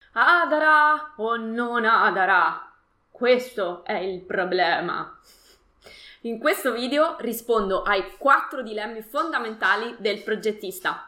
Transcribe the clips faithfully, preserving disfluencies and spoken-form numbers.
Adara o non Adara? Questo è il problema. In questo video rispondo ai quattro dilemmi fondamentali del progettista.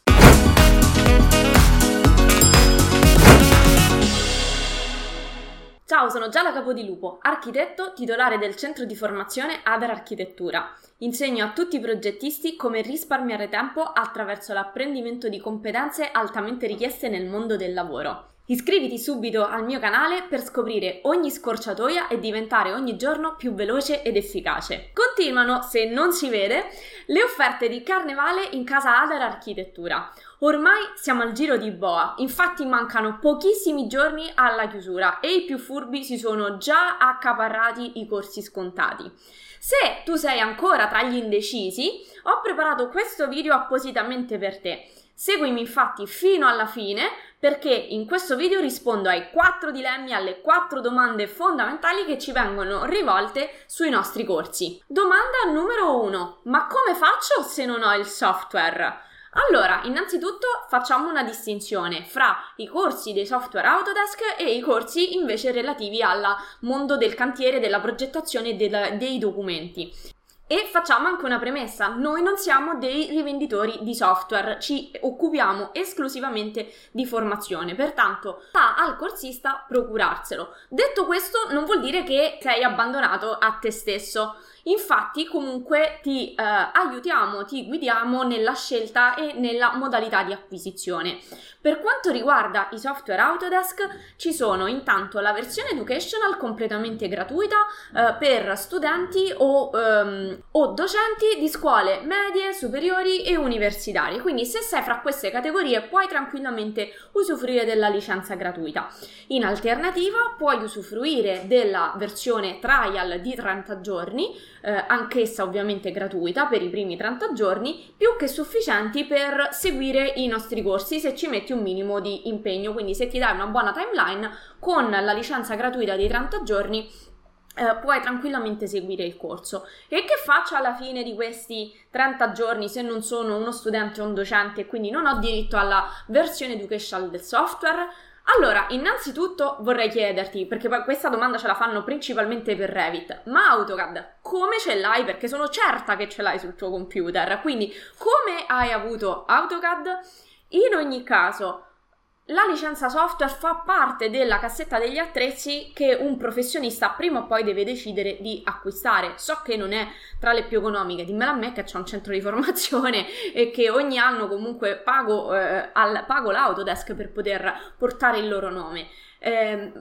Ciao, sono Giada Capodilupo, architetto titolare del centro di formazione Adara Architettura. Insegno a tutti i progettisti come risparmiare tempo attraverso l'apprendimento di competenze altamente richieste nel mondo del lavoro. Iscriviti subito al mio canale per scoprire ogni scorciatoia e diventare ogni giorno più veloce ed efficace. Continuano, se non si vede, le offerte di carnevale in casa Adara Architettura. Ormai siamo al giro di boa, infatti mancano pochissimi giorni alla chiusura e i più furbi si sono già accaparrati i corsi scontati. Se tu sei ancora tra gli indecisi, ho preparato questo video appositamente per te. Seguimi infatti fino alla fine perché in questo video rispondo ai quattro dilemmi, alle quattro domande fondamentali che ci vengono rivolte sui nostri corsi. Domanda numero uno: ma come faccio se non ho il software? Allora, innanzitutto facciamo una distinzione fra i corsi dei software Autodesk e i corsi invece relativi al mondo del cantiere, della progettazione e del, dei documenti. E facciamo anche una premessa: noi non siamo dei rivenditori di software, ci occupiamo esclusivamente di formazione, pertanto sta al corsista procurarselo. Detto questo, non vuol dire che sei abbandonato a te stesso. Infatti comunque ti eh, aiutiamo, ti guidiamo nella scelta e nella modalità di acquisizione. Per quanto riguarda i software Autodesk, ci sono intanto la versione educational completamente gratuita eh, per studenti o, ehm, o docenti di scuole medie, superiori e universitarie. Quindi se sei fra queste categorie puoi tranquillamente usufruire della licenza gratuita. In alternativa puoi usufruire della versione trial di trenta giorni, Eh, anch'essa ovviamente gratuita per i primi trenta giorni, più che sufficienti per seguire i nostri corsi se ci metti un minimo di impegno. Quindi se ti dai una buona timeline, con la licenza gratuita di trenta giorni eh, puoi tranquillamente seguire il corso. E che faccio alla fine di questi trenta giorni se non sono uno studente o un docente e quindi non ho diritto alla versione educational del software? Allora, innanzitutto vorrei chiederti, perché poi questa domanda ce la fanno principalmente per Revit, ma AutoCAD come ce l'hai? Perché sono certa che ce l'hai sul tuo computer, quindi come hai avuto AutoCAD? In ogni caso, la licenza software fa parte della cassetta degli attrezzi che un professionista prima o poi deve decidere di acquistare. So che non è tra le più economiche, dimmelo a me che c'è un centro di formazione e che ogni anno comunque pago, eh, al, pago l'Autodesk per poter portare il loro nome. Eh,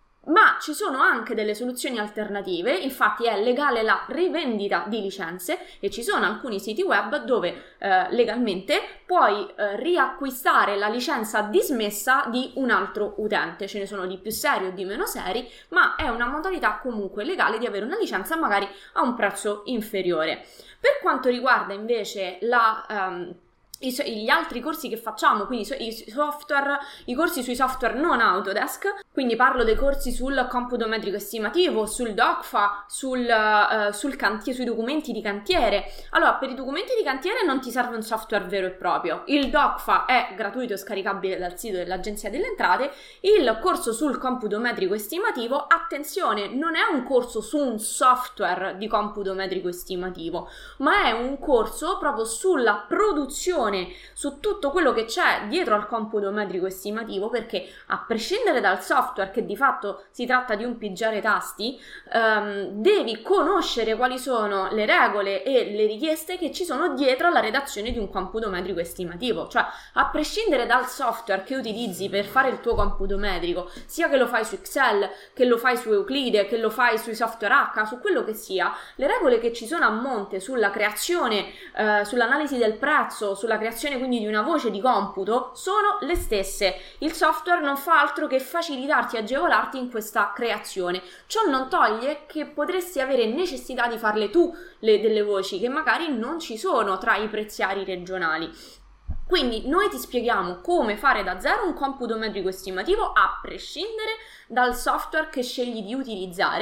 Ma ci sono anche delle soluzioni alternative, infatti è legale la rivendita di licenze e ci sono alcuni siti web dove eh, legalmente puoi eh, riacquistare la licenza dismessa di un altro utente. Ce ne sono di più seri o di meno seri, ma è una modalità comunque legale di avere una licenza magari a un prezzo inferiore. Per quanto riguarda invece la... Um, gli altri corsi che facciamo, quindi i software, i corsi sui software non Autodesk, quindi parlo dei corsi sul computo metrico estimativo, sul DOCFA, sul, uh, sul cantiere, sui documenti di cantiere. Allora, per i documenti di cantiere non ti serve un software vero e proprio. Il DOCFA è gratuito e scaricabile dal sito dell'Agenzia delle Entrate. Il corso sul computo metrico estimativo, attenzione, non è un corso su un software di computo metrico estimativo, ma è un corso proprio sulla produzione, su tutto quello che c'è dietro al computo metrico estimativo, perché a prescindere dal software, che di fatto si tratta di un pigiare tasti, ehm, devi conoscere quali sono le regole e le richieste che ci sono dietro alla redazione di un computo metrico estimativo. Cioè, a prescindere dal software che utilizzi per fare il tuo computo metrico, sia che lo fai su Excel, che lo fai su Euclide, che lo fai sui software H, su quello che sia, le regole che ci sono a monte sulla creazione, eh, sull'analisi del prezzo, sulla creazione quindi di una voce di computo sono le stesse. Il software non fa altro che facilitarti e agevolarti in questa creazione. Ciò non toglie che potresti avere necessità di farle tu le, delle voci che magari non ci sono tra i preziari regionali. Quindi noi ti spieghiamo come fare da zero un computo metrico estimativo a prescindere dal software che scegli di utilizzare.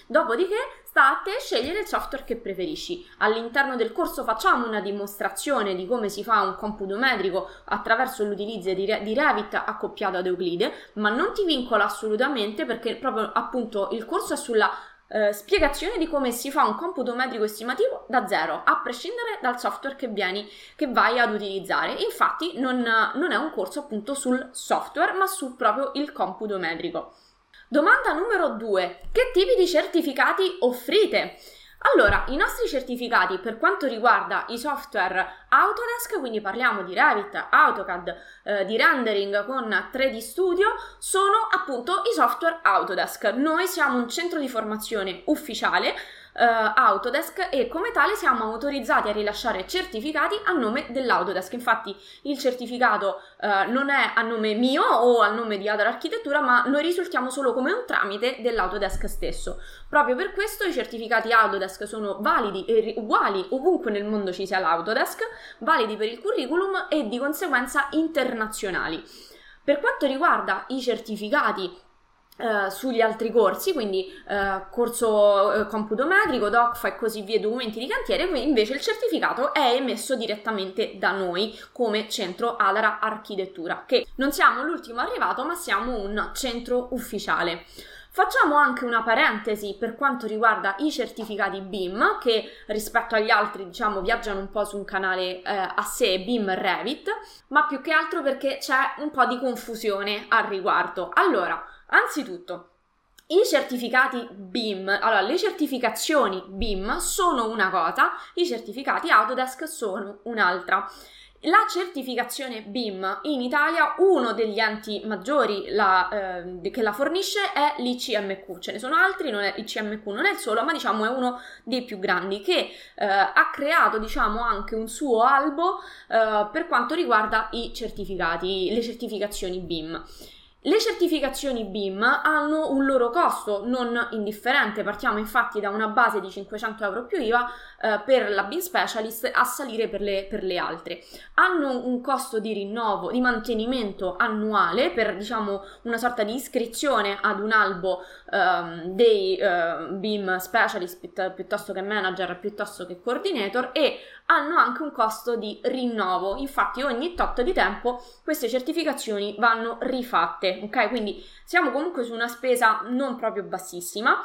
Dopodiché sta a te scegliere il software che preferisci. All'interno del corso facciamo una dimostrazione di come si fa un computo metrico attraverso l'utilizzo di, Re- di Revit accoppiato ad Euclide, ma non ti vincola assolutamente, perché proprio appunto il corso è sulla eh, spiegazione di come si fa un computo metrico estimativo da zero, a prescindere dal software che vieni, che vai ad utilizzare. Infatti non, non è un corso appunto sul software, ma su proprio il computo metrico. Domanda numero due. Che tipi di certificati offrite? Allora, i nostri certificati per quanto riguarda i software Autodesk, quindi parliamo di Revit, AutoCAD, eh, di rendering con tre D Studio, sono appunto i software Autodesk. Noi siamo un centro di formazione ufficiale Uh, Autodesk, e come tale siamo autorizzati a rilasciare certificati a nome dell'Autodesk. Infatti il certificato uh, non è a nome mio o a nome di Adar Architettura, ma noi risultiamo solo come un tramite dell'Autodesk stesso. Proprio per questo i certificati Autodesk sono validi e uguali ovunque nel mondo ci sia l'Autodesk, validi per il curriculum e di conseguenza internazionali. Per quanto riguarda i certificati Uh, sugli altri corsi, quindi uh, corso uh, computo metrico, DOCFA e così via, documenti di cantiere, invece il certificato è emesso direttamente da noi come centro Adara Architettura, che non siamo l'ultimo arrivato, ma siamo un centro ufficiale. Facciamo anche una parentesi per quanto riguarda i certificati B I M, che rispetto agli altri, diciamo, viaggiano un po' su un canale eh, a sé, B I M Revit, ma più che altro perché c'è un po' di confusione al riguardo. Allora, anzitutto, i certificati B I M, allora le certificazioni B I M sono una cosa, i certificati Autodesk sono un'altra. La certificazione B I M in Italia, uno degli enti maggiori la, eh, che la fornisce è l'I C M Q, ce ne sono altri, non è, l'I C M Q non è il solo, ma diciamo è uno dei più grandi, che eh, ha creato diciamo anche un suo albo eh, per quanto riguarda i certificati, le certificazioni B I M. Le certificazioni B I M hanno un loro costo non indifferente, partiamo infatti da una base di cinquecento euro più I V A eh, per la B I M Specialist a salire per le, per le altre. Hanno un costo di rinnovo, di mantenimento annuale per diciamo una sorta di iscrizione ad un albo ehm, dei eh, B I M Specialist pi- piuttosto che manager, piuttosto che coordinator, e hanno anche un costo di rinnovo. Infatti ogni tot di tempo queste certificazioni vanno rifatte, ok? Quindi siamo comunque su una spesa non proprio bassissima.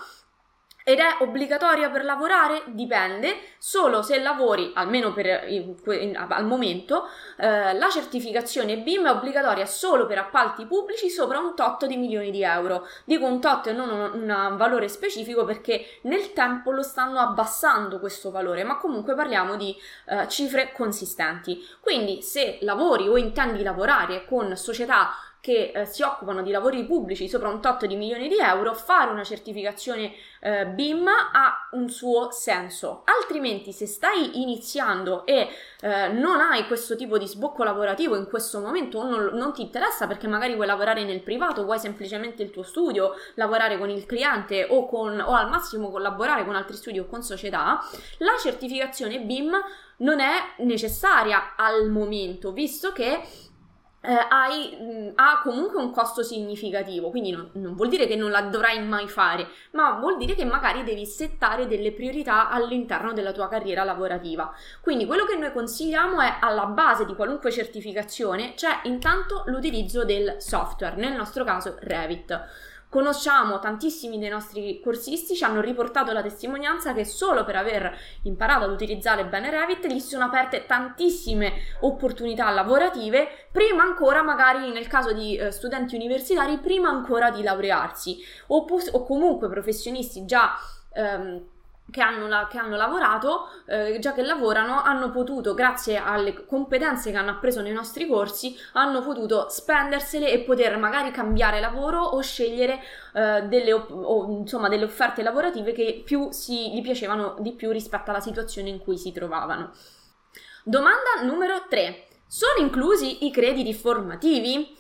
Ed è obbligatoria per lavorare? Dipende, solo se lavori, almeno per in, in, al momento, eh, la certificazione B I M è obbligatoria solo per appalti pubblici sopra un tot di milioni di euro. Dico un tot e non un, un valore specifico perché nel tempo lo stanno abbassando questo valore, ma comunque parliamo di eh, cifre consistenti. Quindi se lavori o intendi lavorare con società che eh, si occupano di lavori pubblici sopra un tot di milioni di euro, fare una certificazione eh, B I M ha un suo senso. Altrimenti, se stai iniziando e eh, non hai questo tipo di sbocco lavorativo in questo momento, o non, non ti interessa perché magari vuoi lavorare nel privato, vuoi semplicemente il tuo studio, lavorare con il cliente o, con, o al massimo collaborare con altri studi o con società, la certificazione B I M non è necessaria al momento, visto che Eh, hai, mh, ha comunque un costo significativo, quindi non, non vuol dire che non la dovrai mai fare, ma vuol dire che magari devi settare delle priorità all'interno della tua carriera lavorativa. Quindi quello che noi consigliamo è, alla base di qualunque certificazione c'è intanto l'utilizzo del software, nel nostro caso Revit. Conosciamo tantissimi dei nostri corsisti, ci hanno riportato la testimonianza che solo per aver imparato ad utilizzare bene Revit gli sono aperte tantissime opportunità lavorative, prima ancora magari nel caso di eh, studenti universitari, prima ancora di laurearsi, o, pos- o comunque professionisti già ehm, Che hanno, la, che hanno lavorato, eh, già che lavorano, hanno potuto, grazie alle competenze che hanno appreso nei nostri corsi, hanno potuto spendersele e poter magari cambiare lavoro o scegliere eh, delle, o, insomma, delle offerte lavorative che più si, gli piacevano di più rispetto alla situazione in cui si trovavano. Domanda numero tre. Sono inclusi i crediti formativi?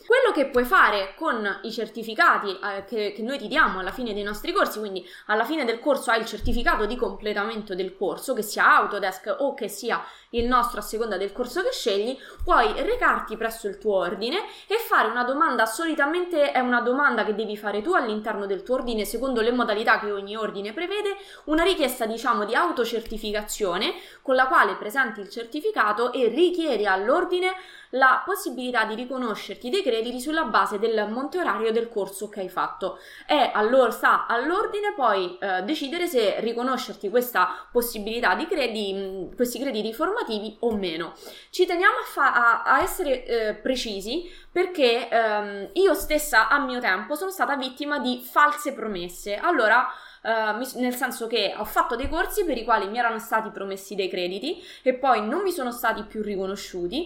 Quello che puoi fare con i certificati eh, che, che noi ti diamo alla fine dei nostri corsi, quindi alla fine del corso hai il certificato di completamento del corso, che sia Autodesk o che sia il nostro a seconda del corso che scegli, puoi recarti presso il tuo ordine e fare una domanda. Solitamente è una domanda che devi fare tu all'interno del tuo ordine secondo le modalità che ogni ordine prevede, una richiesta diciamo di autocertificazione con la quale presenti il certificato e richiedi all'ordine la possibilità di riconoscerti dei crediti sulla base del monte orario del corso che hai fatto. E allora sta all'ordine poi eh, decidere se riconoscerti questa possibilità di crediti, questi crediti formativi o meno. Ci teniamo a, fa- a-, a essere eh, precisi perché ehm, io stessa a mio tempo sono stata vittima di false promesse. Allora Uh, nel senso che ho fatto dei corsi per i quali mi erano stati promessi dei crediti e poi non mi sono stati più riconosciuti,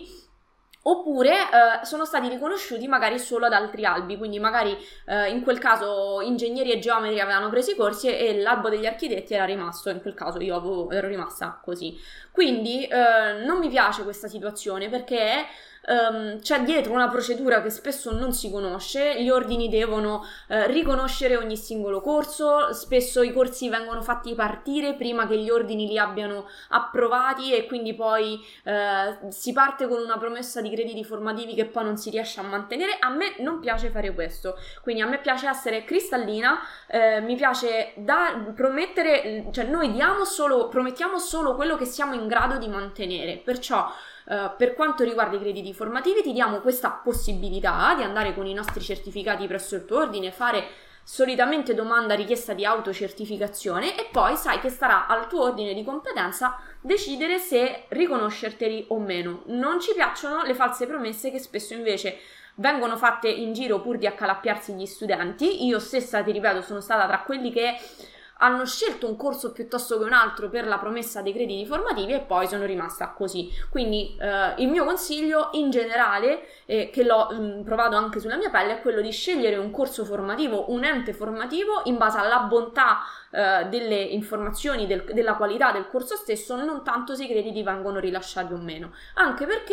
oppure uh, sono stati riconosciuti magari solo ad altri albi, quindi magari uh, in quel caso ingegneri e geometri avevano preso i corsi e, e l'albo degli architetti era rimasto, in quel caso io avevo, ero rimasta così. Quindi uh, non mi piace questa situazione perché Um, c'è dietro una procedura che spesso non si conosce, gli ordini devono uh, riconoscere ogni singolo corso, spesso i corsi vengono fatti partire prima che gli ordini li abbiano approvati e quindi poi uh, si parte con una promessa di crediti formativi che poi non si riesce a mantenere. A me non piace fare questo, quindi a me piace essere cristallina, uh, mi piace da promettere, cioè noi diamo solo, promettiamo solo quello che siamo in grado di mantenere, perciò Uh, per quanto riguarda i crediti formativi ti diamo questa possibilità di andare con i nostri certificati presso il tuo ordine, fare solitamente domanda richiesta di autocertificazione e poi sai che starà al tuo ordine di competenza decidere se riconoscerteli o meno. Non ci piacciono le false promesse che spesso invece vengono fatte in giro pur di accalappiarsi gli studenti. Io stessa, ti ripeto, sono stata tra quelli che hanno scelto un corso piuttosto che un altro per la promessa dei crediti formativi e poi sono rimasta così. Quindi eh, il mio consiglio in generale, eh, che l'ho mh, provato anche sulla mia pelle, è quello di scegliere un corso formativo, un ente formativo in base alla bontà eh, delle informazioni, del, della qualità del corso stesso, non tanto se i crediti vengono rilasciati o meno, anche perché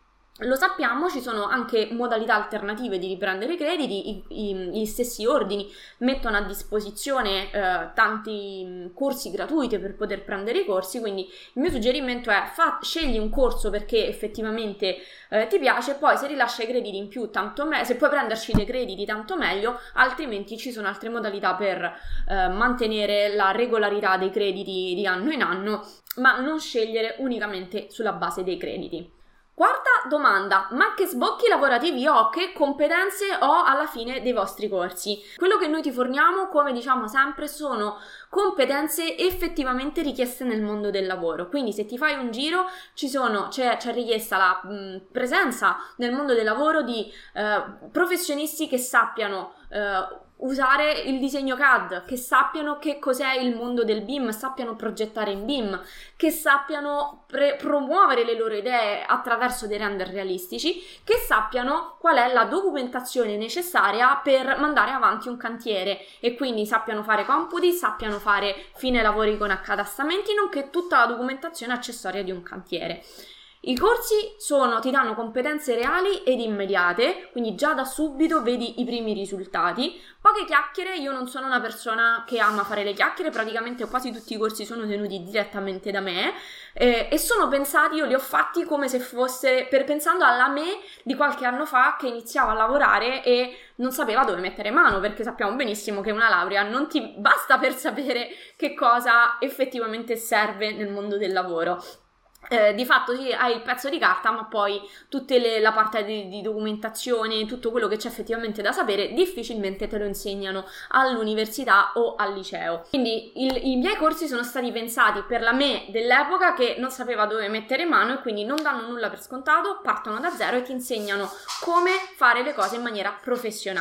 lo sappiamo, ci sono anche modalità alternative di riprendere i crediti, i, i, gli stessi ordini mettono a disposizione eh, tanti corsi gratuiti per poter prendere i corsi, quindi il mio suggerimento è fa, scegli un corso perché effettivamente eh, ti piace, poi se rilascia i crediti in più tanto meglio, se puoi prenderci dei crediti tanto meglio, altrimenti ci sono altre modalità per eh, mantenere la regolarità dei crediti di anno in anno, ma non scegliere unicamente sulla base dei crediti. Quarta domanda, ma che sbocchi lavorativi ho, che competenze ho alla fine dei vostri corsi? Quello che noi ti forniamo, come diciamo sempre, sono competenze effettivamente richieste nel mondo del lavoro, quindi se ti fai un giro ci sono, c'è, c'è richiesta la mh, presenza nel mondo del lavoro di eh, professionisti che sappiano eh, usare il disegno C A D, che sappiano che cos'è il mondo del B I M, sappiano progettare in B I M, che sappiano pre- promuovere le loro idee attraverso dei render realistici, che sappiano qual è la documentazione necessaria per mandare avanti un cantiere e quindi sappiano fare computi, sappiano fare fine lavori con accatastamenti, nonché tutta la documentazione accessoria di un cantiere. I corsi sono, ti danno competenze reali ed immediate, quindi già da subito vedi i primi risultati. Poche chiacchiere, io non sono una persona che ama fare le chiacchiere, praticamente quasi tutti i corsi sono tenuti direttamente da me eh, e sono pensati, io li ho fatti come se fosse, per, pensando alla me di qualche anno fa che iniziava a lavorare e non sapeva dove mettere mano, perché sappiamo benissimo che una laurea non ti basta per sapere che cosa effettivamente serve nel mondo del lavoro. Eh, di fatto sì, hai il pezzo di carta, ma poi tutta la parte di, di documentazione, tutto quello che c'è effettivamente da sapere, difficilmente te lo insegnano all'università o al liceo. Quindi il, i miei corsi sono stati pensati per la me dell'epoca che non sapeva dove mettere mano e quindi non danno nulla per scontato, partono da zero e ti insegnano come fare le cose in maniera professionale.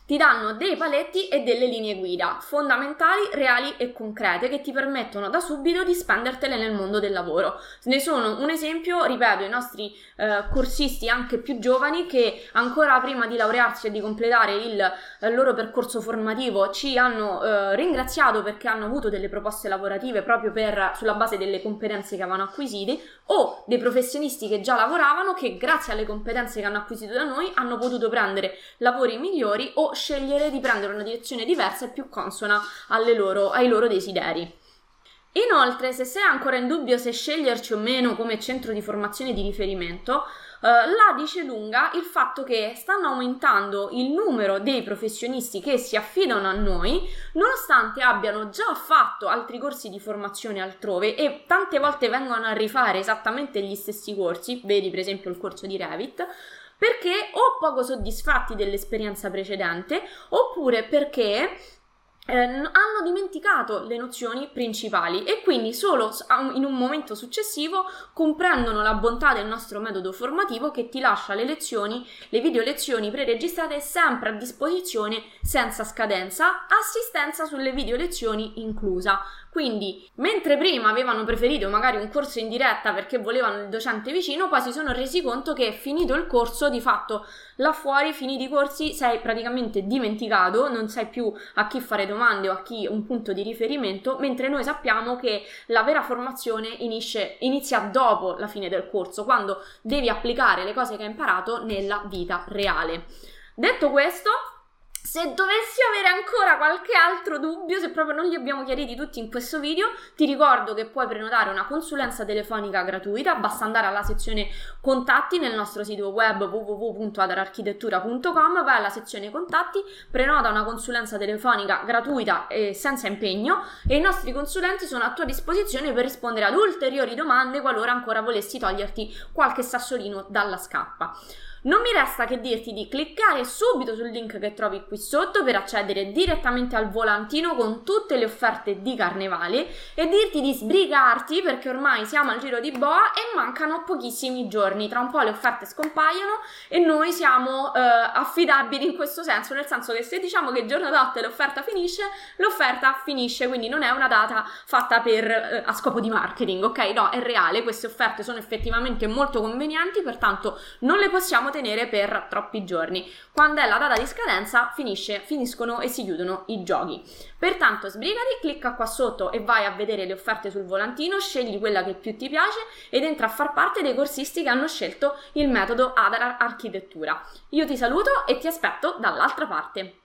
ti danno dei paletti e delle linee guida fondamentali, reali e concrete che ti permettono da subito di spendertele nel mondo del lavoro. Ne sono un esempio, ripeto, i nostri eh, corsisti anche più giovani che ancora prima di laurearsi e di completare il, il loro percorso formativo ci hanno eh, ringraziato perché hanno avuto delle proposte lavorative proprio per, sulla base delle competenze che avevano acquisite, o dei professionisti che già lavoravano che grazie alle competenze che hanno acquisito da noi hanno potuto prendere lavori migliori o scegliere di prendere una direzione diversa e più consona alle loro, ai loro desideri. Inoltre, se sei ancora in dubbio se sceglierci o meno come centro di formazione di riferimento, eh, la dice lunga il fatto che stanno aumentando il numero dei professionisti che si affidano a noi, nonostante abbiano già fatto altri corsi di formazione altrove e tante volte vengono a rifare esattamente gli stessi corsi, vedi per esempio il corso di Revit, perché o poco soddisfatti dell'esperienza precedente oppure perché eh, hanno dimenticato le nozioni principali e quindi solo in un momento successivo comprendono la bontà del nostro metodo formativo che ti lascia le lezioni, le video lezioni preregistrate sempre a disposizione senza scadenza, assistenza sulle video lezioni inclusa. Quindi, mentre prima avevano preferito magari un corso in diretta perché volevano il docente vicino, poi si sono resi conto che finito il corso, di fatto là fuori, finiti i corsi, sei praticamente dimenticato, non sai più a chi fare domande o a chi un punto di riferimento, mentre noi sappiamo che la vera formazione inizia, inizia dopo la fine del corso, quando devi applicare le cose che hai imparato nella vita reale. Detto questo, se dovessi avere ancora qualche altro dubbio, se proprio non li abbiamo chiariti tutti in questo video, ti ricordo che puoi prenotare una consulenza telefonica gratuita, basta andare alla sezione contatti nel nostro sito web w w w punto adararchitettura punto com, vai alla sezione contatti, prenota una consulenza telefonica gratuita e senza impegno e i nostri consulenti sono a tua disposizione per rispondere ad ulteriori domande qualora ancora volessi toglierti qualche sassolino dalla scappa. Non mi resta che dirti di cliccare subito sul link che trovi qui sotto per accedere direttamente al volantino con tutte le offerte di Carnevale e dirti di sbrigarti perché ormai siamo al giro di boa e mancano pochissimi giorni. Tra un po' le offerte scompaiono e noi siamo eh, affidabili in questo senso, nel senso che se diciamo che il giorno d'otto l'offerta finisce, l'offerta finisce, quindi non è una data fatta per eh, a scopo di marketing, ok? No, è reale, queste offerte sono effettivamente molto convenienti, pertanto non le possiamo tenere per troppi giorni. Quando è la data di scadenza finisce, finiscono e si chiudono i giochi. Pertanto sbrigati, clicca qua sotto e vai a vedere le offerte sul volantino, scegli quella che più ti piace ed entra a far parte dei corsisti che hanno scelto il metodo Adar Architettura. Io ti saluto e ti aspetto dall'altra parte.